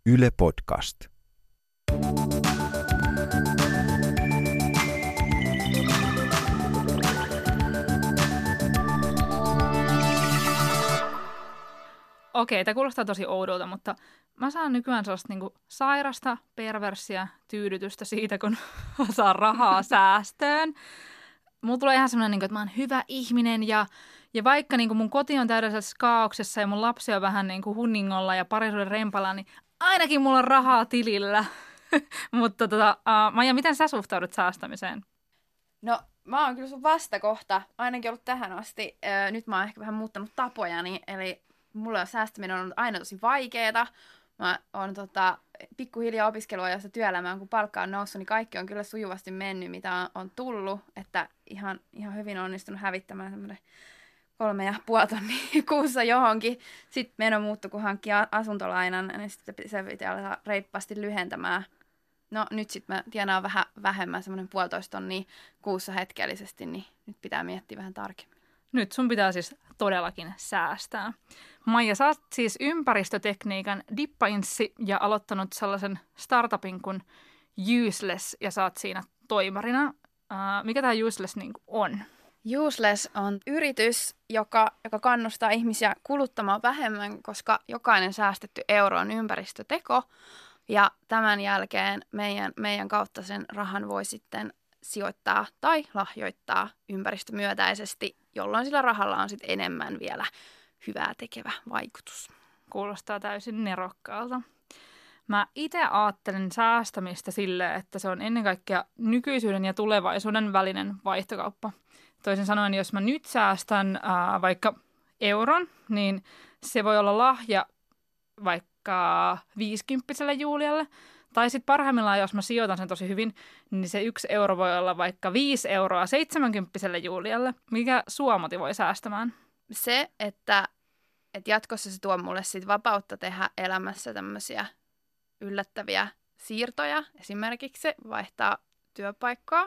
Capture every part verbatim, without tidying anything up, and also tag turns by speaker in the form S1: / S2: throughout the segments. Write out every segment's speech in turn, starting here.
S1: Yle Podcast.
S2: Okei, tämä kuulostaa tosi oudolta, mutta mä saan nykyään sellaista niinku sairasta, perversiä tyydytystä siitä, kun saa rahaa säästöön. Mulla tulee ihan semmoinen, niinku, että mä oon hyvä ihminen ja, ja vaikka niinku mun koti on täydellisessä kaauksessa ja mun lapsi on vähän niinku hunningolla ja parisuuden rempalla, niin ainakin mulla on rahaa tilillä. Mutta tota, uh, Maija, miten sä suhtaudut säästämiseen?
S3: No, mä oon kyllä sun vastakohta, ainakin ollut tähän asti. Öö, nyt mä oon ehkä vähän muuttanut tapojani, eli mulle säästäminen on ollut aina tosi vaikeeta. Mä oon tota, pikkuhiljaa opiskeluajassa työelämään, kun palkka on noussut, niin kaikki on kyllä sujuvasti mennyt, mitä on, on tullut. Että ihan, ihan hyvin onnistunut hävittämään semmoinen kolme ja puoli tonnia kuussa johonkin. Sitten meno muuttui, kun hankki asuntolainan, niin sitten se pitää olla reippaasti lyhentämään. No nyt sitten mä tienaan vähän vähemmän, semmoinen puolitoista tonnia kuussa hetkellisesti, niin nyt pitää miettiä vähän tarkemmin.
S2: Nyt sun pitää siis todellakin säästää. Maija, sä oot siis ympäristötekniikan dippainssi ja aloittanut sellaisen startupin kuin Useless ja sä oot siinä toimarina. Uh, mikä tämä Useless niin on?
S3: Useless on yritys, joka, joka kannustaa ihmisiä kuluttamaan vähemmän, koska jokainen säästetty euro on ympäristöteko. Ja tämän jälkeen meidän, meidän kautta sen rahan voi sitten sijoittaa tai lahjoittaa ympäristömyötäisesti, jolloin sillä rahalla on sitten enemmän vielä hyvää tekevä vaikutus.
S2: Kuulostaa täysin nerokkaalta. Mä itse ajattelen säästämistä sille, että se on ennen kaikkea nykyisyyden ja tulevaisuuden välinen vaihtokauppa. Toisin sanoen, jos mä nyt säästän ää, vaikka euron, niin se voi olla lahja vaikka viisikymppiselle Julialle. Tai sitten parhaimmillaan, jos mä sijoitan sen tosi hyvin, niin se yksi euro voi olla vaikka viisi euroa seitsemänkymppiselle Julialle. Mikä sua motivoi säästämään?
S3: Se, että, että jatkossa se tuo mulle sit vapautta tehdä elämässä tämmöisiä yllättäviä siirtoja. Esimerkiksi se vaihtaa työpaikkaa.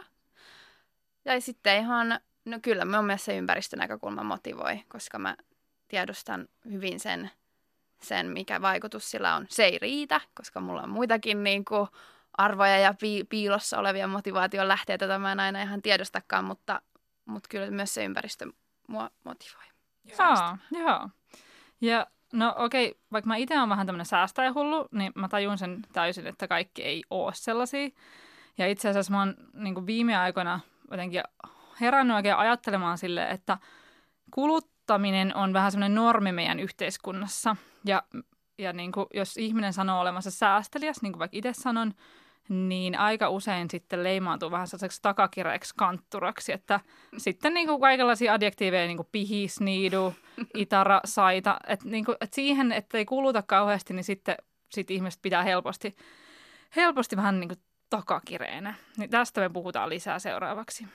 S3: Ja sitten ihan, no kyllä mun mielestä se ympäristönäkökulma motivoi, koska mä tiedostan hyvin sen, sen, mikä vaikutus sillä on. Se ei riitä, koska mulla on muitakin niin kuin arvoja ja piilossa olevia motivaation lähteitä, joita mä en aina ihan tiedostakaan, mutta, mutta kyllä myös se ympäristö mua motivoi.
S2: Joo, joo. Ja no okei, vaikka mä itse olen vähän tämmöinen säästäjähullu, niin mä tajun sen täysin, että kaikki ei ole sellaisia. Ja itse asiassa mä oon niin kuin viime aikoina jotenkin herännyt oikein ajattelemaan silleen, että kuluttaminen on vähän semmoinen normi meidän yhteiskunnassa. Ja, ja niin kuin, jos ihminen sanoo olevansa säästeliäs, niin kuin vaikka itse sanon, niin aika usein sitten leimaantuu vähän sellaiseksi takakireeksi kantturaksi, että sitten niin kuin kaikenlaisia adjektiiveja, niin kuin pihi, sniidu, itara, saita, että, niin kuin, että siihen, että ei kuluta kauheasti, niin sitten sit ihmiset pitää helposti, helposti vähän niin kuin takakireenä. Niin tästä me puhutaan lisää seuraavaksi.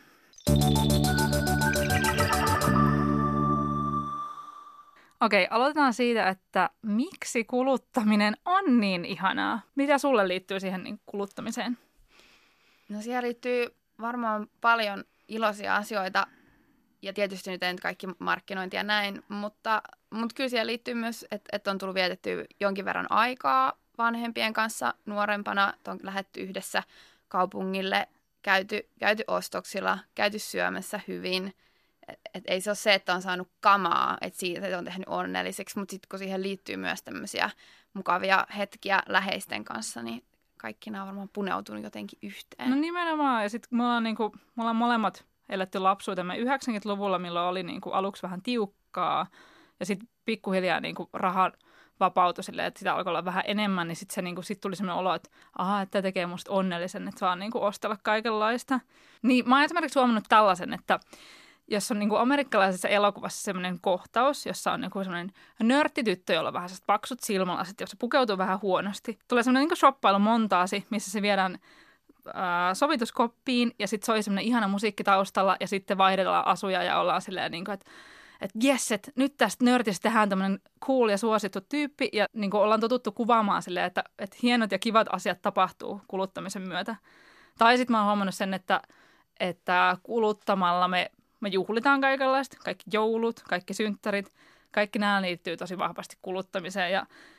S2: Okei, aloitetaan siitä, että miksi kuluttaminen on niin ihanaa? Mitä sulle liittyy siihen niin kuluttamiseen?
S3: No siihen liittyy varmaan paljon iloisia asioita ja tietysti nyt ei nyt kaikki markkinointia näin, mutta, mutta kyllä siihen liittyy myös, että, että on tullut vietettyä jonkin verran aikaa vanhempien kanssa nuorempana, että on lähdetty yhdessä kaupungille, käyty, käyty ostoksilla, käyty syömässä hyvin. Et, et ei se ole se, että on saanut kamaa, että siitä että on tehnyt onnelliseksi, mutta sitten kun siihen liittyy myös tämmöisiä mukavia hetkiä läheisten kanssa, niin kaikki nämä on varmaan puneutunut jotenkin yhteen.
S2: No nimenomaan, ja sitten me ollaan, niinku, me ollaan molemmat eletty lapsuutemme yhdeksänkymmentäluvulla, milloin oli niinku aluksi vähän tiukkaa, ja sitten pikkuhiljaa niinku rahan vapautui silleen, että sitä alkoi olla vähän enemmän, niin sitten niinku, sit tuli sellainen olo, että aha, että tämä tekee musta onnellisen, että saa niinku ostella kaikenlaista. Niin mä oon esimerkiksi huomannut tällaisen, että jos on niin kuin amerikkalaisessa elokuvassa semmoinen kohtaus, jossa on niin semmoinen nörttityttö, jolla on vähän paksut silmälasit, jos se pukeutuu vähän huonosti. Tulee semmoinen niin shoppailumontaasi, missä se viedään ää, sovituskoppiin ja sitten soi semmoinen ihana musiikki taustalla ja sitten vaihdellaan asuja ja ollaan silleen, niin kuin, että että jes, että nyt tästä nörtistä tehdään tämmöinen cool ja suosittu tyyppi ja niin kuin ollaan totuttu kuvaamaan silleen, että, että hienot ja kivat asiat tapahtuu kuluttamisen myötä. Tai sitten mä oon huomannut sen, että, että kuluttamalla me Me juhlitaan kaikenlaista, kaikki joulut, kaikki synttärit, kaikki nämä liittyy tosi vahvasti kuluttamiseen ja,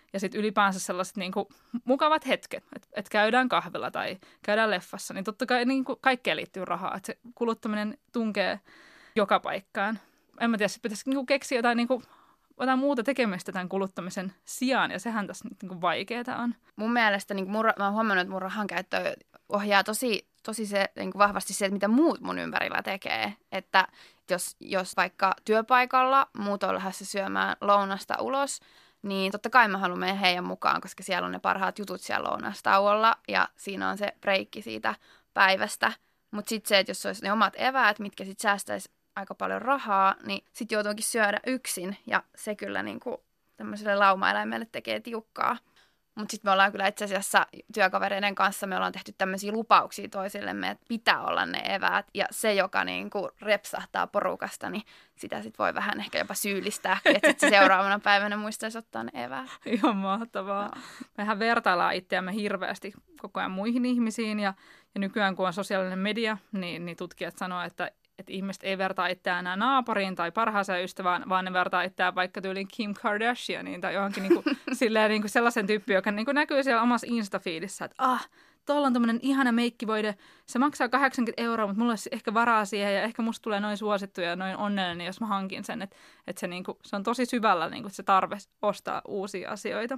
S2: ja sitten ylipäänsä sellaiset niin kuin mukavat hetket, että et käydään kahvilla tai käydään leffassa, niin totta kai niin kuin kaikkeen liittyy rahaa, että se kuluttaminen tunkee joka paikkaan. En mä tiedä, sitten pitäisi niin kuin keksiä jotain, niin kuin, jotain muuta tekemistä tämän kuluttamisen sijaan, ja sehän tässä nyt niin kuin vaikeaa on.
S3: Mun mielestä niin mun, mä oon huomannut, että mun rahan käyttö ohjaa tosi, tosi se, niin kuin vahvasti se, että mitä muut mun ympärillä tekee. Että jos, jos vaikka työpaikalla muut on lähdössä syömään lounasta ulos, niin totta kai mä haluan mennä heidän mukaan, koska siellä on ne parhaat jutut siellä lounastauolla ja siinä on se breikki siitä päivästä. Mutta sitten se, että jos olisi ne omat eväät, mitkä sitten säästäisi aika paljon rahaa, niin sitten joutuukin syödä yksin ja se kyllä niinku tämmöiselle laumaeläimelle tekee tiukkaa. Mutta sitten me ollaan kyllä itse asiassa työkavereiden kanssa, me ollaan tehty tämmöisiä lupauksia toisillemme, että pitää olla ne eväät. Ja se, joka niinku repsahtaa porukasta, niin sitä sitten voi vähän ehkä jopa syyllistää, että sitten seuraavana päivänä muistaisi ottaa ne eväät.
S2: Ihan mahtavaa. No. Mehän vertaillaan itseämme hirveästi koko ajan muihin ihmisiin ja, ja nykyään kun on sosiaalinen media, niin, niin tutkijat sanoo, että että ihmiset ei vertaa itseään enää naapuriin tai parhaaseen ystävään, vaan ne vertaa itseään vaikka tyyliin Kim Kardashianiin tai johonkin niinku, silleen, niinku sellaisen tyyppi, joka niinku näkyy siellä omassa Insta-fiidissä, että ah, tuolla on tämmöinen ihana meikkivoide, se maksaa kahdeksankymmentä euroa, mutta mulla olisi ehkä varaa siihen ja ehkä musta tulee noin suosittu ja noin onnellinen, jos mä hankin sen, että et se, niinku, se on tosi syvällä niinku, se tarve ostaa uusia asioita.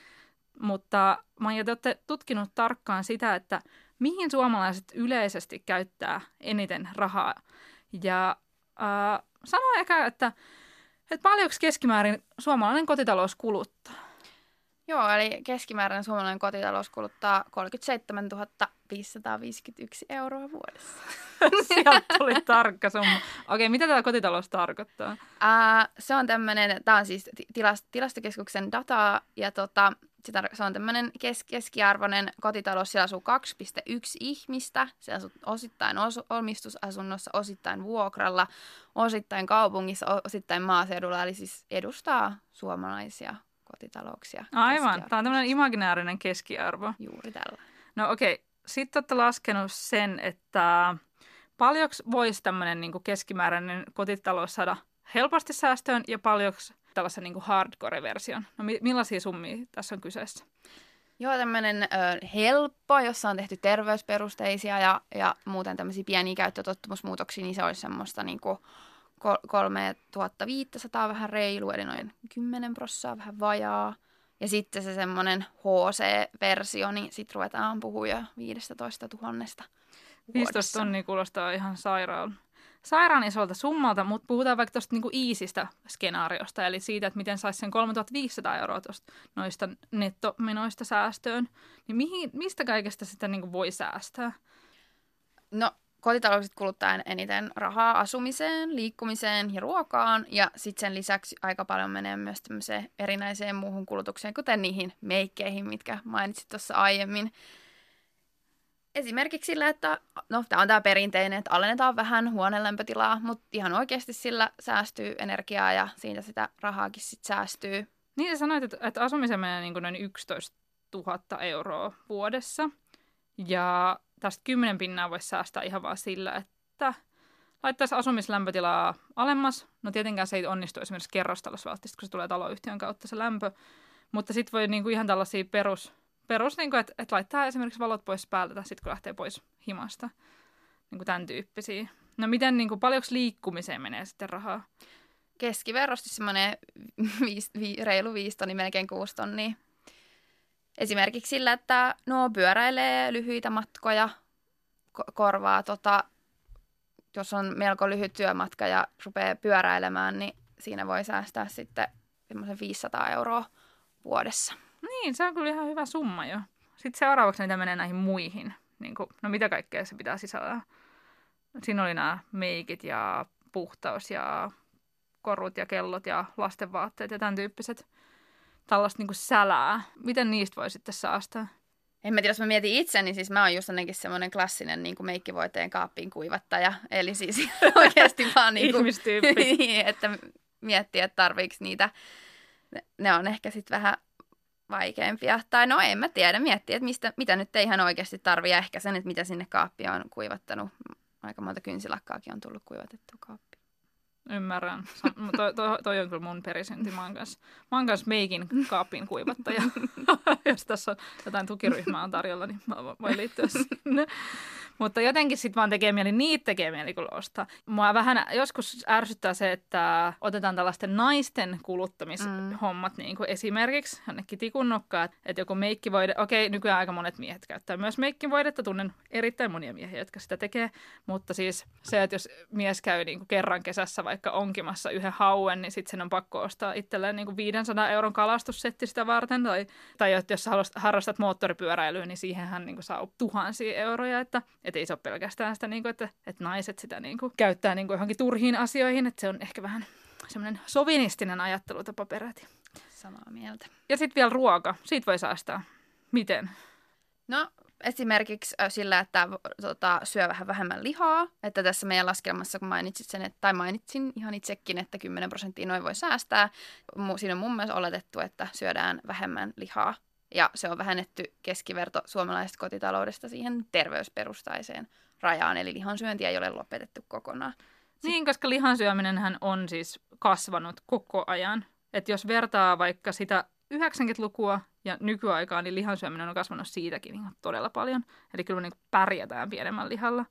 S2: Mutta Maija, te olette tutkinut tarkkaan sitä, että mihin suomalaiset yleisesti käyttää eniten rahaa. Ja äh, sano ehkä, että, että paljonko keskimäärin suomalainen kotitalous kuluttaa?
S3: Joo, eli keskimääräinen suomalainen kotitalous kuluttaa kolmekymmentäseitsemäntuhatta viisisataaviisikymmentäyksi euroa vuodessa.
S2: Sieltä tuli tarkka summa. Okei, mitä tämä kotitalous tarkoittaa?
S3: Ää, se on tämmöinen, tämä on siis tilast- tilastokeskuksen dataa, ja tota, se, tar- se on tämmöinen kes- keskiarvoinen kotitalous, siellä asuu kaksi pilkku yksi ihmistä, se asuu osittain os- omistusasunnossa, osittain vuokralla, osittain kaupungissa, osittain maaseudulla, eli siis edustaa suomalaisia kotitalouksia.
S2: Aivan, tämä on tämmöinen imaginäärinen keskiarvo.
S3: Juuri tällä.
S2: No okei, sitten olette laskenut sen, että paljonko voisi tämmöinen niin kuin keskimääräinen kotitalous saada helposti säästöön ja paljonko tällaisen niin kuin hardcore-version. No mi- millaisia summia tässä on kyseessä?
S3: Joo, tämmöinen ö, helppo, jossa on tehty terveysperusteisia ja, ja muuten tämmöisiä pieniä käyttötottumusmuutoksia, niin se olisi semmoista niin kuin kolmetuhattaviisisataa vähän reilu, eli noin kymmenen prosenttia vähän vajaa. Ja sitten se semmoinen H C-versio, niin sitten ruvetaan puhua jo viisitoista tuhatta
S2: viisitoista tonnia kuulostaa ihan sairaan, sairaan isolta summalta, mutta puhutaan vaikka tuosta niinku easystä skenaariosta, eli siitä, että miten saisi sen kolmetuhattaviisisataa euroa tuosta noista nettomenoista säästöön. Niin mihin, mistä kaikesta sitä niinku voi säästää?
S3: No, kotitaloukset kuluttaa eniten rahaa asumiseen, liikkumiseen ja ruokaan, ja sitten sen lisäksi aika paljon menee myös tämmöiseen erinäiseen muuhun kulutukseen, kuten niihin meikkeihin, mitkä mainitsit tuossa aiemmin. Esimerkiksi sillä, että no, tämä on tämä perinteinen, että alennetaan vähän huoneen lämpötilaa, mutta ihan oikeasti sillä säästyy energiaa ja siitä sitä rahaakin sitten säästyy.
S2: Niin sä sanoit, että, että asumiseen menee niin kuin noin yksitoistatuhatta euroa vuodessa, ja tästä kymmenen pinnaa voisi säästää ihan vaan sillä, että laittaisi asumislämpötilaa alemmas. No tietenkään se ei onnistu esimerkiksi kerrostalossa välttämättä, kun se tulee taloyhtiön kautta se lämpö. Mutta sitten voi niinku ihan tällaisia perus, perus niinku, että et laittaa esimerkiksi valot pois päältä sitten kun lähtee pois himasta. Niinku tämän tyyppisiä. No miten, niinku, paljonko liikkumiseen menee sitten rahaa?
S3: Keskiverrosti semmoinen viis, vi, reilu viisi tonni, melkein kuusi tonnia. Esimerkiksi sillä, että no pyöräilee lyhyitä matkoja, ko- korvaa, tota, jos on melko lyhyt työmatka ja rupeaa pyöräilemään, niin siinä voi säästää sitten semmoisen viisisataa euroa vuodessa.
S2: Niin, se on kyllä ihan hyvä summa jo. Sitten seuraavaksi niitä menee näihin muihin. Niin kuin, no mitä kaikkea se pitää sisällä? Siinä oli nämä meikit ja puhtaus ja korut ja kellot ja lastenvaatteet ja tämän tyyppiset. Tällaista niin kuin sälää. Miten niistä voi sitten säästää?
S3: En mä tiedä, jos mä mietin itse, niin siis mä oon just ainakin semmoinen klassinen niin kuin meikkivoiteen kaappiin kuivattaja. Eli siis oikeasti vaan niin kuin,
S2: ihmistyyppi.
S3: niin, että miettii, että tarviiko niitä. Ne, ne on ehkä sitten vähän vaikeampia. Tai no en mä tiedä, miettiä, että mistä, mitä nyt ei ihan oikeasti tarvii. Ja ehkä sen, että mitä sinne kaappiin on kuivattanut. Aika monta kynsilakkaakin on tullut kuivatettua kaappiin.
S2: Ymmärrän. Toi, toi, toi on kyllä mun perisynti. Mä oon kanssa, mä oon kanssa meikin kaapin kuivattaja. Jos tässä on jotain tukiryhmää on tarjolla, niin mä voin liittyä sinne. Mutta jotenkin sitten vaan tekee mieli, niitä tekee mieli kyllä ostaa. Mua vähän joskus ärsyttää se, että otetaan tällaisten naisten kuluttamishommat mm. niin kuin esimerkiksi jonnekin tikunnokkaan, että joku meikkivoide, okei, nykyään aika monet miehet käyttää myös meikkivoidetta, tunnen erittäin monia miehiä, jotka sitä tekee, mutta siis se, että jos mies käy niin kuin kerran kesässä vaikka onkimassa yhden hauen, niin sitten sen on pakko ostaa itselleen niin kuin viisisataa euron kalastussetti sitä varten, tai, tai jos harrastat moottoripyöräilyä, niin siihenhän niin kuin saa tuhansia euroja, että Että ei se ole pelkästään sitä, niin kuin, että, että naiset sitä niin kuin, käyttää niin kuin, johonkin turhiin asioihin. Että se on ehkä vähän semmoinen sovinistinen ajattelutapa peräti.
S3: Samaa mieltä.
S2: Ja sitten vielä ruoka. Siitä voi säästää. Miten?
S3: No esimerkiksi sillä, että tota, syö vähän vähemmän lihaa. Että tässä meidän laskelmassa, kun mainitsit sen, että, tai mainitsin ihan itsekin, että kymmenen prosenttia noin voi säästää. Siinä on mun mielestä oletettu, että syödään vähemmän lihaa. Ja se on vähennetty keskiverto suomalaisesta kotitaloudesta siihen terveysperustaiseen rajaan, eli lihansyöntiä ei ole lopetettu kokonaan.
S2: Niin, koska lihansyöminenhän on siis kasvanut koko ajan. Että jos vertaa vaikka sitä yhdeksänkymmentälukua ja nykyaikaa, niin lihansyöminen on kasvanut siitäkin ihan todella paljon. Eli kyllä me niin pärjätään pienemmän lihalla.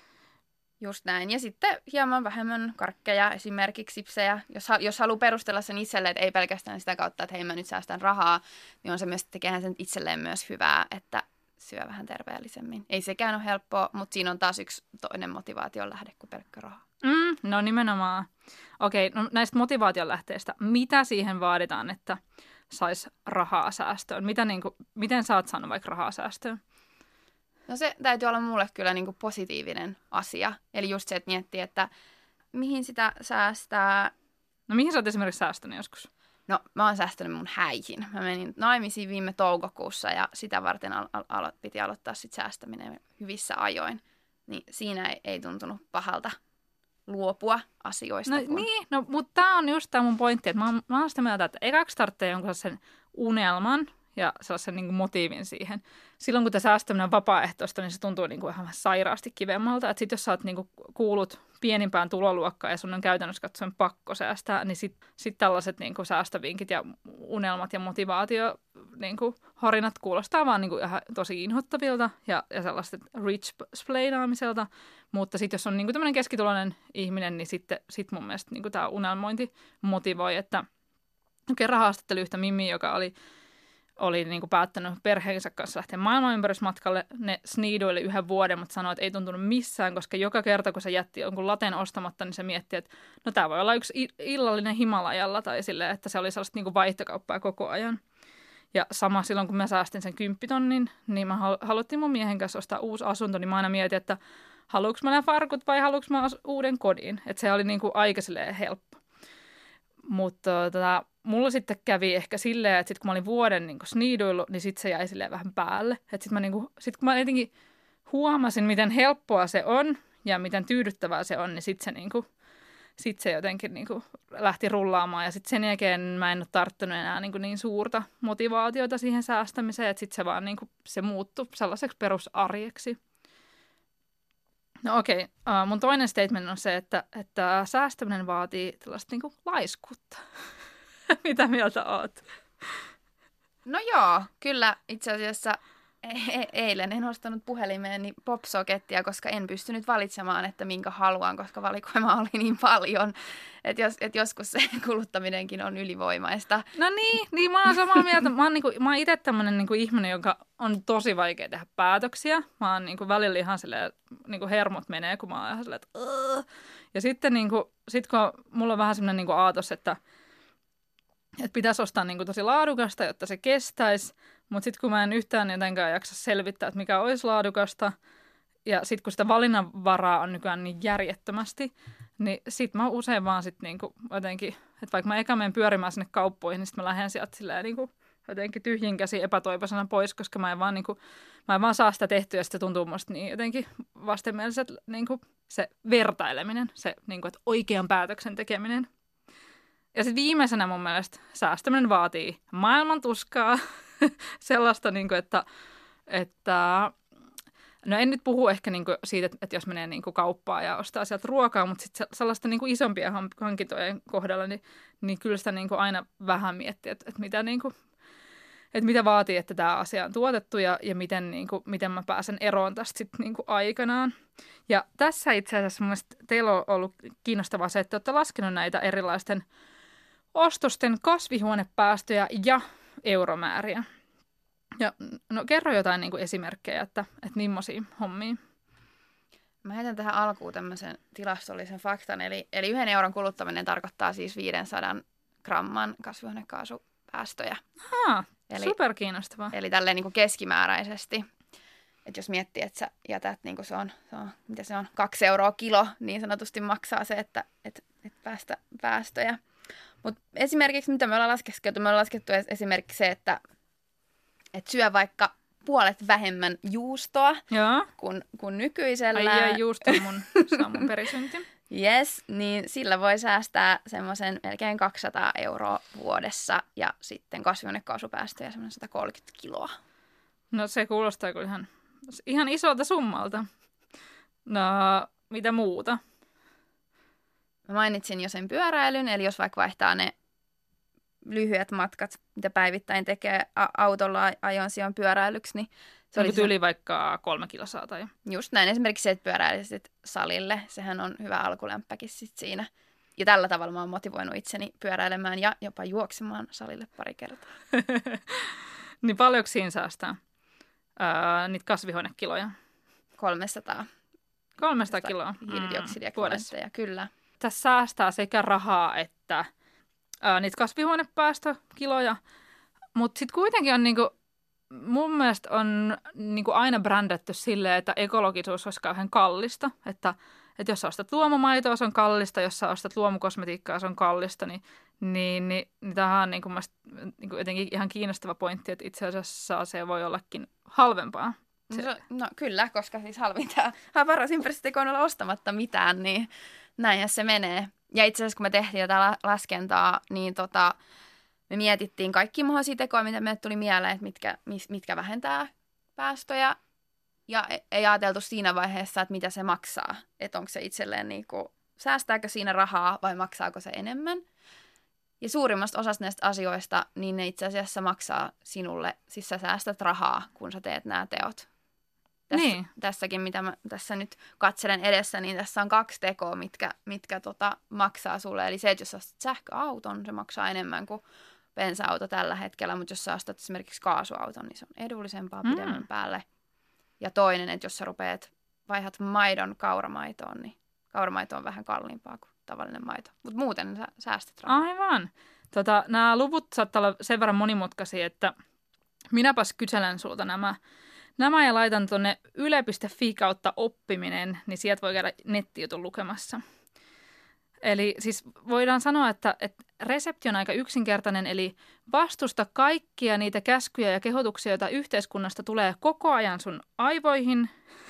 S3: Just näin. Ja sitten hieman vähemmän karkkeja, esimerkiksi sipsejä. Jos, jos haluaa perustella sen itselle, että ei pelkästään sitä kautta, että hei mä nyt säästän rahaa, niin on se myös, tekehän sen itselleen myös hyvää, että syö vähän terveellisemmin. Ei sekään ole helppoa, mutta siinä on taas yksi toinen motivaation lähde kuin pelkkä raha.
S2: Mm, no nimenomaan. Okei, no näistä motivaation lähteistä, mitä siihen vaaditaan, että saisi rahaa säästöön? Mitä, niin kuin, miten sä oot saanut vaikka rahaa säästöön?
S3: No se täytyy olla mulle kyllä niin kuin positiivinen asia. Eli just se, että miettii, että mihin sitä säästää.
S2: No mihin sä oot esimerkiksi säästänyt joskus?
S3: No mä oon säästänyt mun häihin. Mä menin naimisiin viime toukokuussa ja sitä varten al- al- al- piti aloittaa sit säästäminen hyvissä ajoin. Niin siinä ei, ei tuntunut pahalta luopua asioista.
S2: No
S3: kun...
S2: niin, no mutta tää on just tää mun pointti, että mä oon, mä oon sitä mieltä, että ekaksi tarvitsee jonkun sen unelman ja sellaisen niin kuin motiivin siihen. Silloin kun tämä säästäminen on vapaaehtoista, niin se tuntuu niin kuin ihan sairaasti kivemmalta. Että sitten jos sä oot, niin kuin, kuulut pienimpään tuloluokkaan ja sun on käytännössä katsoen pakko säästää, niin sitten sit tällaiset niin kuin säästövinkit ja unelmat ja motivaatio niin kuin horinat kuulostaa vaan niin kuin ihan tosi inhottavilta ja, ja sellaista rich-splainaamiselta. Mutta sitten jos on niin kuin tämmöinen keskituloinen ihminen, niin sitten sit mun mielestä niin kuin tämä unelmointi motivoi, että kerran haastattelin yhtä mimmiä, joka oli oli niin kuin päättänyt perheensä kanssa lähteä maailmanympärysmatkalle. Ne sniiduili yhden vuoden, mutta sanoi, että ei tuntunut missään, koska joka kerta, kun se jätti jonkun laten ostamatta, niin se mietti, että no tämä voi olla yksi illallinen Himalajalla tai silleen, että se oli sellaista niin kuin vaihtokauppaa koko ajan. Ja sama silloin, kun mä säästin sen kymppitonnin, niin mä haluttiin mun miehen kanssa ostaa uusi asunto, niin mä aina mietin, että haluanko mä nämä farkut vai haluanko mä uuden kodin. Että se oli niin kuin aika silleen helppo. Mutta tota, mulla sitten kävi ehkä silleen, että sit kun mä olin vuoden niin sniiduillut, niin sitten se jäi silleen vähän päälle. Että sitten niin sit kun mä jotenkin huomasin, miten helppoa se on ja miten tyydyttävää se on, niin sitten se, niin kuin, sit se jotenkin niin kuin lähti rullaamaan. Ja sitten sen jälkeen mä en ole tarttunut enää niin, niin suurta motivaatiota siihen säästämiseen, että sitten se vaan niin kuin, se muuttui sellaiseksi perusarjeksi. No okei, okay. uh, mun toinen statement on se, että, että säästäminen vaatii tällaista niin kuin laiskuutta. Mitä mieltä oot?
S3: No joo, kyllä itse asiassa e- eilen en ostanut puhelimeeni popsokettia, koska en pystynyt valitsemaan, että minkä haluan, koska valikoima oli niin paljon, että jos, et joskus se kuluttaminenkin on ylivoimaista.
S2: No niin, niin mä oon samaa mieltä. Mä oon, niinku, mä oon itse tämmönen niinku ihminen, joka on tosi vaikea tehdä päätöksiä. Mä oon niinku välillä ihan silleen, niinku hermot menee, kun mä oon ihan silleen, että Ugh. Ja sitten niinku, sit kun mulla on vähän semmoinen niinku aatos, että että pitäisi ostaa niin kuin tosi laadukasta, jotta se kestäisi, mutta sitten kun mä en yhtään jotenkaan jaksa selvittää, että mikä olisi laadukasta, ja sitten kun sitä valinnanvaraa on nykyään niin järjettömästi, niin sitten mä usein vaan sitten niin kuin jotenkin, että vaikka mä eka menen pyörimään sinne kauppoihin, niin sitten mä lähden sieltä silleen niin kuin jotenkin tyhjin käsi epätoivoisena pois, koska mä en vaan, niin kuin, mä en vaan saa sitä tehtyä, ja sitten tuntuu musta niin jotenkin vastenmieliset niin kuin se vertaileminen, se niin kuin, että oikean päätöksen tekeminen. Ja sitten viimeisenä mun mielestä säästäminen vaatii maailman tuskaa, sellaista, niin kuin, että, että No en nyt puhu ehkä niinku siitä, että, että jos menee niinku kauppaan ja ostaa sieltä ruokaa, mutta sitten sellaista niinku isompia hankintojen kohdalla, niin, niin kyllä sitä niinku aina vähän miettii, että, että, mitä, niinku, että mitä vaatii, että tämä asia on tuotettu ja, ja miten, niinku, miten mä pääsen eroon tästä sit niinku aikanaan. Ja tässä itse asiassa mun mielestä teillä on ollut kiinnostavaa se, että olette laskenut näitä erilaisten ostosten kasvihuonepäästöjä ja euromääriä. Ja no kerro jotain niin kuin esimerkkejä, että, että millaisia hommia.
S3: Mä heitän tähän alkuun tämmöisen tilastollisen faktan. Eli, eli yhden euron kuluttaminen tarkoittaa siis viisisataa gramman kasvihuonekaasupäästöjä.
S2: Haa, superkiinnostavaa.
S3: Eli tälleen niin kuin keskimääräisesti. Että jos miettii, että sä jätät, niin kuin se on, se on, mitä se on, kaksi euroa kilo, niin sanotusti maksaa se, että et, et päästä päästöjä. Mutta esimerkiksi, mitä me ollaan laskettu, me ollaan laskettu esimerkiksi se, että et syö vaikka puolet vähemmän juustoa kuin, kuin nykyisellä.
S2: Ai ai, juusto on mun, se on mun perisynti.
S3: Yes, niin sillä voi säästää semmoisen melkein kaksisataa euroa vuodessa ja sitten kasvihuonekaasupäästöjä semmoinen sata kolmekymmentä kiloa.
S2: No se kuulostaa kyllä ihan, ihan isolta summalta. No, mitä muuta?
S3: Mä mainitsin jo sen pyöräilyn, eli jos vaikka vaihtaa ne lyhyet matkat, mitä päivittäin tekee autolla ajon sijaan pyöräilyksi, niin
S2: se oli tyyli se vaikka kolme kilosaa tai...
S3: Just näin. Esimerkiksi se, että pyöräilisit salille, sehän on hyvä alkulämpäkin sit siinä. Ja tällä tavalla mä oon motivoinut itseni pyöräilemään ja jopa juoksemaan salille pari kertaa.
S2: Niin paljonko siinä säästää öö, niitä kasvihuonekiloja?
S3: kolmesataa.
S2: kolmesataa kiloa?
S3: Hiilidioksidiekvivalentteja, mm, kyllä.
S2: Tässä säästää sekä rahaa että ää, niitä kasvihuonepäästökiloja, mutta sitten kuitenkin on niinku, mun mielestä on niinku aina brändätty silleen, että ekologisuus olisi kauhean kallista. Että, että jos sä ostat luomumaitoa, se on kallista, jos sä ostat luomukosmetiikkaa, se on kallista, niin, niin, niin, niin tämähän on niinku, niinku jotenkin ihan kiinnostava pointti, että itse asiassa se voi ollakin halvempaa.
S3: Se, no, no kyllä, koska siis halvinta paras ympäristöteko on olla ostamatta mitään, niin näinhän se menee. Ja itse asiassa kun me tehtiin tätä laskentaa, niin tota, me mietittiin kaikki mahdollisia tekoja, mitä meille tuli mieleen, että mitkä, mitkä vähentää päästöjä. Ja ei ajateltu siinä vaiheessa, että mitä se maksaa. Että onko se itselleen, niin kuin, säästääkö siinä rahaa vai maksaako se enemmän. Ja suurimmasta osasta näistä asioista, niin ne itse asiassa maksaa sinulle, siis sä säästät rahaa, kun sä teet nämä teot. Tässä, niin. Tässäkin, mitä mä tässä nyt katselen edessä, niin tässä on kaksi tekoa, mitkä, mitkä tota, maksaa sulle. Eli se, että jos ostat sähköauton, se maksaa enemmän kuin bensa-auto tällä hetkellä, mutta jos sä ostat esimerkiksi kaasuauton, niin se on edullisempaa pidemmän mm. päälle. Ja toinen, että jos sä rupeat vaihdat maidon kauramaitoon, niin kauramaito on vähän kalliimpaa kuin tavallinen maito. Mutta muuten sä säästät rahaa.
S2: Aivan. Tota, nämä luvut saattaa olla sen verran monimutkaisia, että minäpäs kyselen sulta nämä. Nämä ja laitan tuonne yle piste fi kautta oppiminen, niin sieltä voi käydä nettijutun lukemassa. Eli siis voidaan sanoa, että, että resepti on aika yksinkertainen, eli vastusta kaikkia niitä käskyjä ja kehotuksia, joita yhteiskunnasta tulee koko ajan sun aivoihin.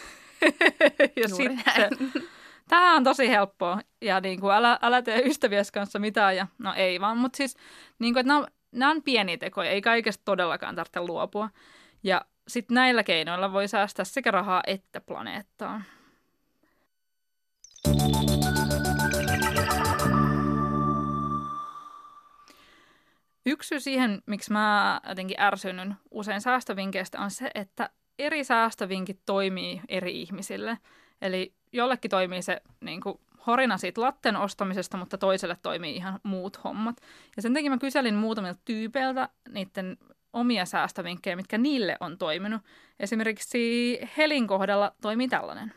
S2: ja sitten, tämä on tosi helppoa ja niin kuin, älä, älä tee ystävies kanssa mitään. Ja, no ei vaan, mutta siis niin kuin, että nämä, on, nämä on pieniä tekoja, ei kaikesta todellakaan tarvitse luopua. Ja sitten näillä keinoilla voi säästää sekä rahaa että planeettaa. Yksi syy siihen, miksi mä jotenkin ärsynyn usein säästövinkkeistä, on se, että eri säästövinkit toimii eri ihmisille. Eli jollekin toimii se niin kuin horina siitä latten ostamisesta, mutta toiselle toimii ihan muut hommat. Ja sen takia mä kyselin muutamilta tyypeiltä niiden omia säästövinkkejä, mitkä niille on toiminut. Esimerkiksi Helin kohdalla toimii tällainen.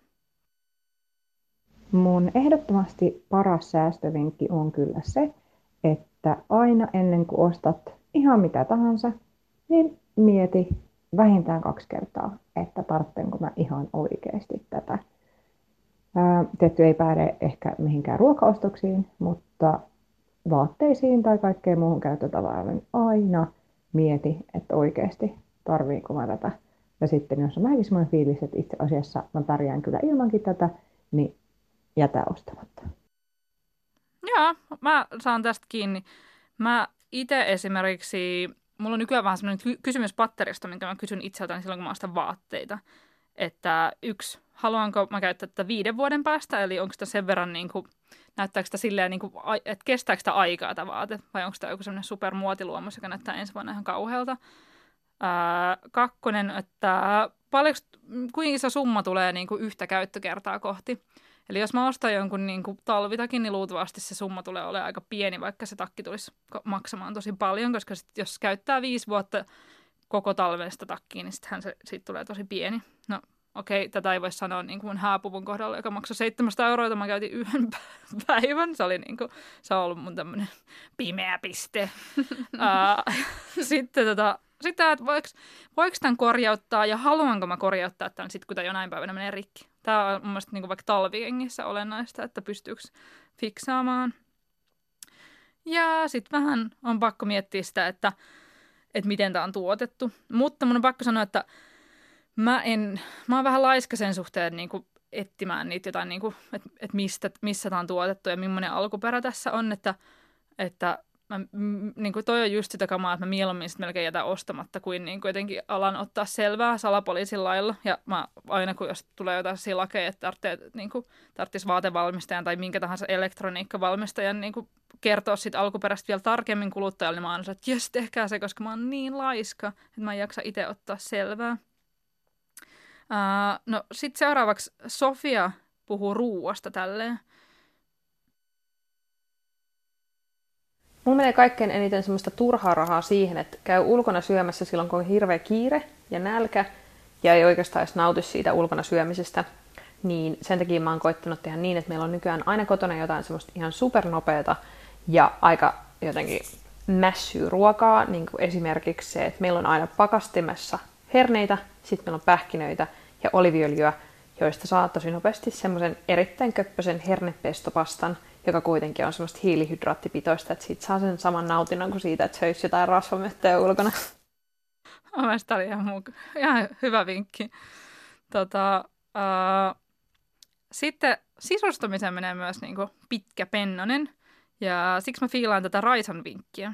S1: Mun ehdottomasti paras säästövinkki on kyllä se, että aina ennen kuin ostat ihan mitä tahansa, niin mieti vähintään kaksi kertaa, että tarvitsenko mä ihan oikeasti tätä. Ää, tietty ei pääde ehkä mihinkään ruokaostoksiin, mutta vaatteisiin tai kaikkeen muuhun käyttötavaraa, niin aina mieti, että oikeasti tarviinko mä tätä. Ja sitten jos on vähänkin semmoinen fiilis, että itse asiassa mä pärjään kyllä ilmankin tätä, niin jätä ostamatta.
S2: Joo, mä saan tästä kiinni. Mä itse esimerkiksi, mulla on nykyään vähän semmoinen ky- kysymys patterista, minkä mä kysyn itseltäni silloin, kun mä ostan vaatteita. että yksi, haluanko mä käyttää tätä viiden vuoden päästä, eli onko sitä sen verran, niin kuin, näyttääkö sitä silleen, niin kuin, että kestääkö sitä aikaa tämä vaate, vai onko sitä joku sellainen supermuotiluomus, joka näyttää ensi vuonna ihan kauhealta. Ää, kakkonen, että paljonko, kuinka iso summa tulee niin kuin yhtä käyttökertaa kohti. Eli jos mä ostan jonkun niin kuin talvitakin, niin luultavasti se summa tulee olemaan aika pieni, vaikka se takki tulisi maksamaan tosi paljon, koska sit, jos käyttää viisi vuotta koko talvesta takkiin, niin sittenhän se siitä tulee tosi pieni. No okei, tätä ei voi sanoa niin kuin mun hääpuvun kohdalla, joka maksoi seitsemänsataa euroa, jota mä käytin yhden päivän. Se, oli niin kuin, se on ollut mun tämmöinen pimeä piste. uh, sitten tota, sitä, että voiko, voiko tämän korjauttaa ja haluanko mä korjauttaa tämän sitten, kun tämä jonain päivänä menee rikki. Tämä on mun mielestä niin kuin vaikka talvikengissä olennaista, että pystyykö fiksaamaan. Ja sitten vähän on pakko miettiä sitä, että, että miten tämä on tuotettu. Mutta mun on pakko sanoa, että mä, en, mä oon vähän laiska sen suhteen niin kuin etsimään niitä jotain, niin kuin, että, että mistä, missä tämä on tuotettu ja millainen alkuperä tässä on. Että, että mä, niin kuin toi on just sitä kamaa, että mä mieluummin sit melkein jätän ostamatta, kuin, niin kuin jotenkin alan ottaa selvää salapoliisin lailla. Ja mä aina, kun jos tulee jotain sellaisia lakeja, että tarvitsee, niin kuin, tarvitsisi vaatevalmistajan tai minkä tahansa elektroniikkavalmistajan niin kuin kertoa siitä alkuperäistä vielä tarkemmin kuluttajalle, niin mä aina että jes, tehkää se, koska mä oon niin laiska, että mä en jaksa itse ottaa selvää. Uh, no sitten seuraavaksi Sofia puhuu ruuasta tälleen.
S4: Mulla menee kaikkein eniten semmoista turhaa rahaa siihen, että käy ulkona syömässä silloin, kun on hirveä kiire ja nälkä ja ei oikeastaan edes nauti siitä ulkona syömisestä. Niin sen takia mä oon koittanut tehdä niin, että meillä on nykyään aina kotona jotain semmoista ihan supernopeata ja aika jotenkin mässyä ruokaa. Niin kuin esimerkiksi se, että meillä on aina pakastimessa herneitä, sitten meillä on pähkinöitä ja oliviöljyä, joista saa tosi nopeasti semmoisen erittäin köppösen hernepestopastan, joka kuitenkin on semmoista hiilihydraattipitoista, että siitä saa sen saman nautinnon kuin siitä, että söisi jotain rasvamöttöä ulkona.
S2: Mielestäni tämä oli ihan, muu, ihan hyvä vinkki. Tota, uh, sitten sisustumiseen menee myös niin kuin pitkä pennonen, ja siksi mä fiilaan tätä Raisan vinkkiä.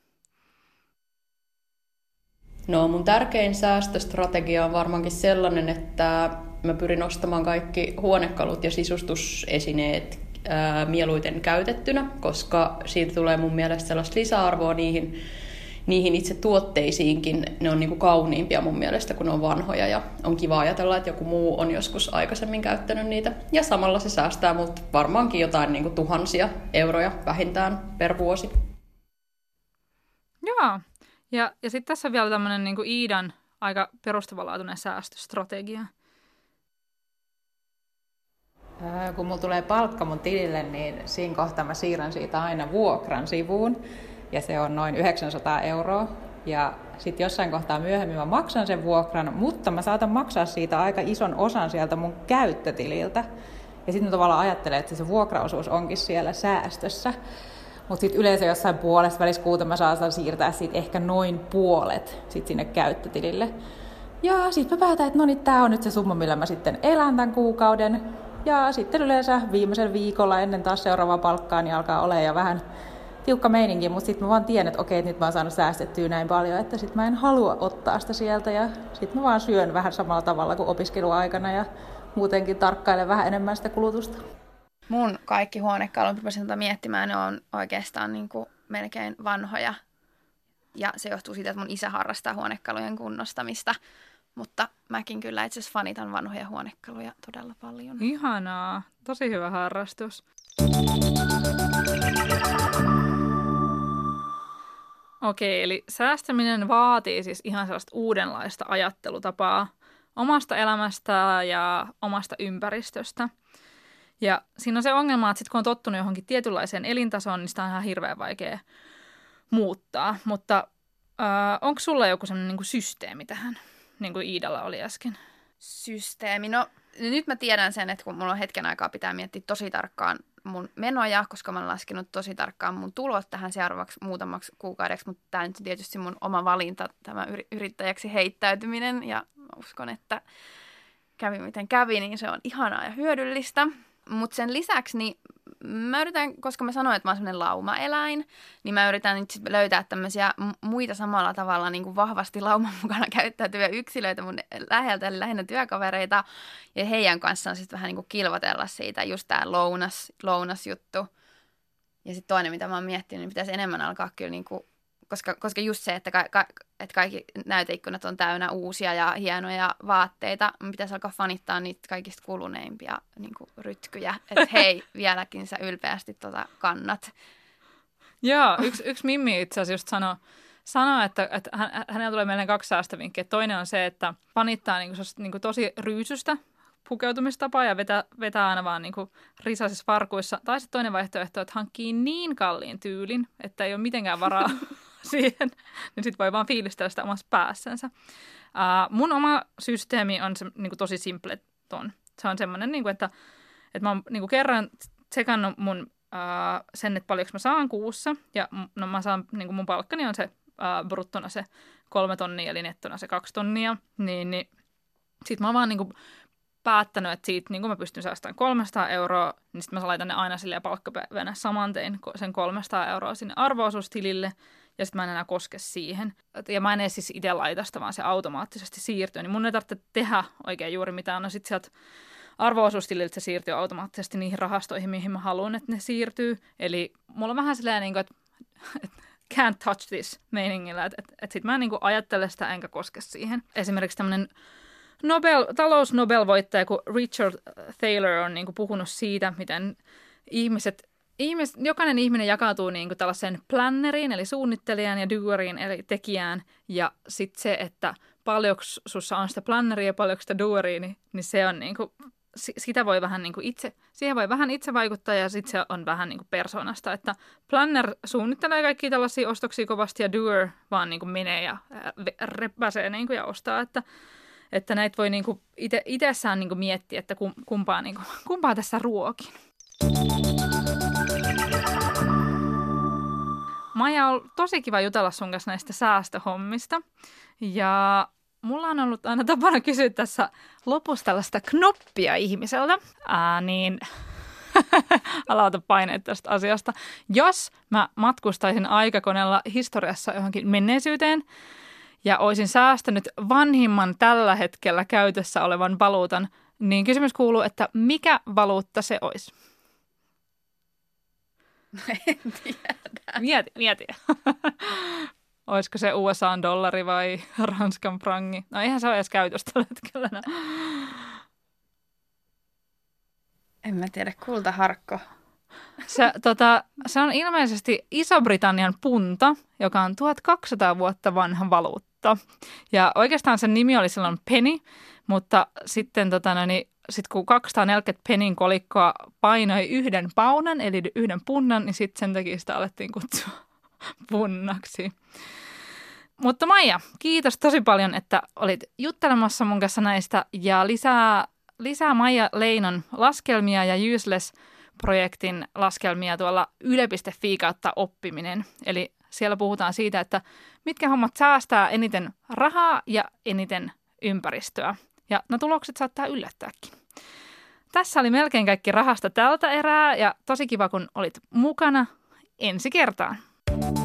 S5: No mun tärkein säästöstrategia on varmaankin sellainen, että mä pyrin ostamaan kaikki huonekalut ja sisustusesineet ää, mieluiten käytettynä, koska siitä tulee mun mielestä sellaista lisäarvoa niihin, niihin itse tuotteisiinkin. Ne on niinku kauniimpia mun mielestä, kun ne on vanhoja ja on kiva ajatella, että joku muu on joskus aikaisemmin käyttänyt niitä. Ja samalla se säästää mut varmaankin jotain niinku tuhansia euroja vähintään per vuosi.
S2: Joo. Ja, ja sitten tässä on vielä tämmöinen niin kuin Iidan aika perustavanlaatuinen säästöstrategia.
S6: Ää, kun mulla tulee palkka mun tilille, niin siinä kohtaa mä siirrän siitä aina vuokran sivuun. Ja se on noin yhdeksänsataa euroa. Ja sitten jossain kohtaa myöhemmin mä maksan sen vuokran, mutta mä saatan maksaa siitä aika ison osan sieltä mun käyttötililtä. Ja sitten mä tavallaan ajattelen, että se vuokraosuus onkin siellä säästössä. Mutta sitten yleensä jossain puolesta välissä kuuta mä saan siirtää siitä ehkä noin puolet sit sinne käyttötilille. Ja sitten mä päätän, että no niin, tää on nyt se summa, millä mä sitten elän tämän kuukauden. Ja sitten yleensä viimeisen viikolla ennen taas seuraavaa palkkaa, niin alkaa olla jo vähän tiukka meininki. Mutta sitten mä vaan tiedän, että okei, nyt mä oon saanut säästettyä näin paljon, että sitten mä en halua ottaa sitä sieltä. Ja sitten mä vaan syön vähän samalla tavalla kuin opiskeluaikana ja muutenkin tarkkailen vähän enemmän sitä kulutusta.
S3: Mun kaikki huonekalut, rupesin tätä miettimään, ne on oikeastaan niin kuin melkein vanhoja. Ja se johtuu siitä, että mun isä harrastaa huonekalujen kunnostamista. Mutta mäkin kyllä itse asiassa fanitan vanhoja huonekaluja todella paljon.
S2: Ihanaa. Tosi hyvä harrastus. Okei, eli säästäminen vaatii siis ihan sellaista uudenlaista ajattelutapaa omasta elämästä ja omasta ympäristöstä. Ja siinä on se ongelma, että sit kun on tottunut johonkin tietynlaiseen elintasoon, niin sitä on ihan hirveän vaikea muuttaa. Mutta äh, onko sulla joku sellainen niin kuin systeemi tähän, niin kuin Iidalla oli äsken?
S3: Systeemi? No nyt mä tiedän sen, että kun mulla on hetken aikaa pitää miettiä tosi tarkkaan mun menoja, koska mä olen laskenut tosi tarkkaan mun tulot tähän seuraavaksi muutamaksi kuukaudeksi, mutta tämä nyt on tietysti mun oma valinta, tämä yrittäjäksi heittäytyminen, ja uskon, että kävi miten kävi, niin se on ihanaa ja hyödyllistä. mutta sen lisäksi niin mä yritän, koska mä sanoin, että mä oon semmoinen laumaeläin, niin mä yritän nyt sit löytää tämmöisiä muita samalla tavalla niin kuin vahvasti lauman mukana käyttäytyviä yksilöitä mun läheltä, eli lähinnä työkavereita, ja heidän kanssaan sitten vähän niin kuin kilvotella siitä, just tää lounas, lounasjuttu. Ja sitten toinen, mitä mä oon miettinyt, niin pitäisi enemmän alkaa kyllä niin kuin, koska, koska just se, että, ka, ka, että kaikki näyteikkunat on täynnä uusia ja hienoja vaatteita, pitäisi alkaa fanittaa niitä kaikista kuluneimpia niin kuin rytkyjä. Että hei, vieläkin sä ylpeästi tota kannat.
S2: Joo, yksi, yksi Mimmi itse asiassa just sanoi, sano, että, että hänellä tulee meille kaksi säästövinkkiä. Toinen on se, että fanittaa niin kuin, niin kuin tosi ryysystä pukeutumistapaa ja vetää, vetää aina vaan niin kuin risaisissa farkuissa. Tai sitten toinen vaihtoehto, että hankkii niin kalliin tyylin, että ei ole mitenkään varaa siihen, niin sitten voi vaan fiilistellä sitä omassa päässänsä. Uh, mun oma systeemi on se, niin kuin tosi simpleton. Se on semmoinen, niin kuin, että, että mä oon niin kuin kerran tsekannut mun, uh, sen, että paljonko mä saan kuussa. Ja no, mä saan, niin kuin mun palkkani on se uh, bruttona se kolme tonnia, eli nettona se kaksi tonnia. Niin, niin sit mä oon vaan niin kuin päättänyt, että siitä niin kun mä pystyn säästämään kolmesataa euroa, niin sitten mä laitan ne aina silleen palkkapäivänä saman tein sen kolmesataa euroa sinne arvo-osuustilille, ja sitten mä en enää koske siihen. Ja mä en edes siis itse laita sitä, vaan se automaattisesti siirtyy. Niin mun ei tarvitse tehdä oikein juuri mitään. No sitten sieltä arvo-osuustililtä se siirtyy automaattisesti niihin rahastoihin, mihin mä haluan, että ne siirtyy. Eli mulla on vähän silleen, niin kuin, että, että can't touch this meiningillä, että, että, että sit mä en niin kuin ajattele sitä enkä koske siihen. Esimerkiksi tämmöinen Nobel, talousnobel-voittaja kuin Richard Thaler on niin kuin puhunut siitä, miten ihmiset, ihmis, jokainen ihminen jakautuu niin kuin tällaiseen planneriin, eli suunnittelijaan, ja doeriin, eli tekijään. Ja sitten se, että paljonko sussa on sitä planneria ja paljonko sitä doeria, niin, niin se on niin kuin, sitä voi vähän niin kuin itse, siihen voi vähän itse vaikuttaa, ja sitten se on vähän niin kuin persoonasta, että planner suunnittelee kaikkia tällaisia ostoksia kovasti, ja doer vaan niin kuin menee ja repäsee niin kuin ja ostaa, että Että näitä voi niinku ite, itsessään niinku miettiä, että kumpaa, niinku, kumpaa tässä ruokin. Maija, on tosi kiva jutella sun kanssa näistä säästöhommista. Ja mulla on ollut aina tapana kysyä tässä lopussa tällaista knoppia ihmiseltä. Ää, niin alauta paineet tästä asiasta. Jos mä matkustaisin aikakoneella historiassa johonkin menneisyyteen, ja olisin säästänyt vanhimman tällä hetkellä käytössä olevan valuutan, niin kysymys kuuluu, että mikä valuutta se olisi?
S3: En tiedä.
S2: Mieti, mieti. Olisiko se U S A-dollari vai Ranskan frangi? No eihän se ole edes käytössä tällä hetkellä.
S3: En mä tiedä, kultaharkko.
S2: Se, tota, se on ilmeisesti Iso-Britannian punta, joka on tuhatkaksisataa vuotta vanha valuutta. Ja oikeastaan sen nimi oli silloin penny, mutta sitten tota, no, niin, sit kun kaksisataaneljäkymmentä pennin kolikkoa painoi yhden paunan, eli yhden punnan, niin sitten sen takia sitä alettiin kutsua punnaksi. Mutta Maija, kiitos tosi paljon, että olit juttelemassa mun kanssa näistä, ja lisää, lisää Maija Leinon laskelmia ja Useless-projektin laskelmia tuolla yle piste fi kautta oppiminen. Eli siellä puhutaan siitä, että mitkä hommat säästää eniten rahaa ja eniten ympäristöä. Ja no tulokset saattaa yllättääkin. Tässä oli melkein kaikki rahasta tältä erää, ja tosi kiva kun olit mukana. Ensi kertaan.